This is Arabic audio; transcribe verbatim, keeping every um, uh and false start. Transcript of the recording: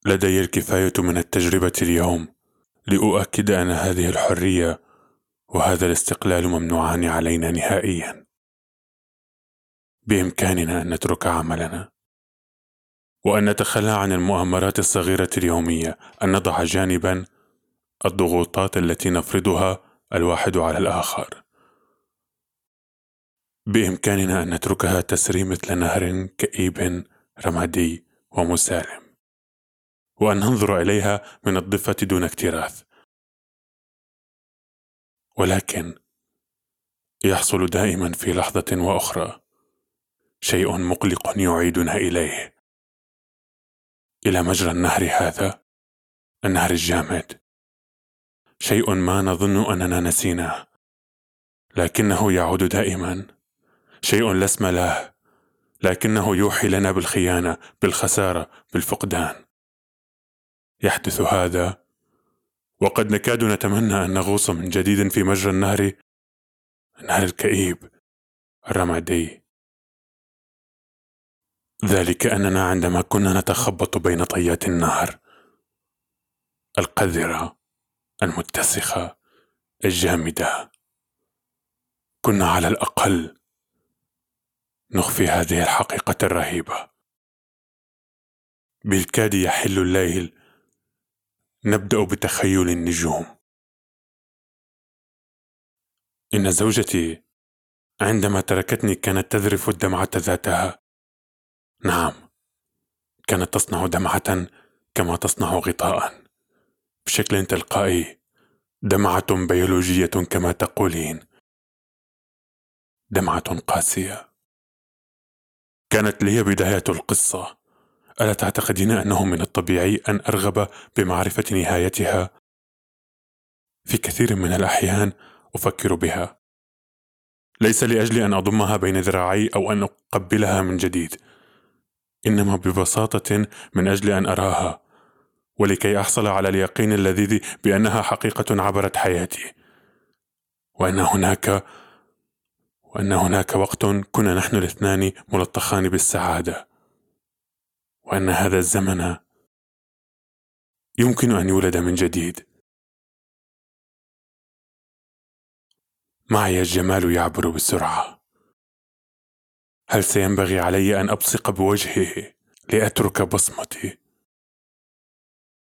لدي الكفاية من التجربة اليوم لأؤكد أن هذه الحرية وهذا الاستقلال ممنوعان علينا نهائيا. بإمكاننا أن نترك عملنا وأن نتخلى عن المؤامرات الصغيرة اليومية، أن نضع جانبا الضغوطات التي نفرضها الواحد على الآخر. بإمكاننا أن نتركها تسري مثل نهر كئيب رمادي ومسالم، وأن ننظر إليها من الضفة دون اكتراث. ولكن يحصل دائما في لحظة وأخرى شيء مقلق يعيدنا إليه، إلى مجرى النهر هذا، النهر الجامد، شيء ما نظن أننا نسيناه لكنه يعود دائما، شيء لا اسم له لكنه يوحي لنا بالخيانة، بالخسارة، بالفقدان. يحدث هذا وقد نكاد نتمنى أن نغوص من جديد في مجرى النهر، النهر الكئيب الرمادي. ذلك أننا عندما كنا نتخبط بين طيات النهر القذرة المتسخة الجامدة، كنا على الأقل نخفي هذه الحقيقة الرهيبة. بالكاد يحل الليل، نبدأ بتخيل النجوم. إن زوجتي عندما تركتني كانت تذرف الدمعة ذاتها. نعم، كانت تصنع دمعة كما تصنع غطاء بشكل تلقائي، دمعة بيولوجية كما تقولين، دمعة قاسية. كانت لي بداية القصة. ألا تعتقدين أنه من الطبيعي أن أرغب بمعرفة نهايتها؟ في كثير من الأحيان أفكر بها، ليس لأجل أن أضمها بين ذراعي أو أن أقبلها من جديد، إنما ببساطة من أجل أن أراها، ولكي أحصل على اليقين اللذيذ بأنها حقيقة عبرت حياتي، وأن هناك وأن هناك وقت كنا نحن الاثنان ملطخان بالسعادة، وأن هذا الزمن يمكن أن يولد من جديد. معي الجمال يعبر بسرعة. هل سينبغي علي أن أبصق بوجهه لأترك بصمتي؟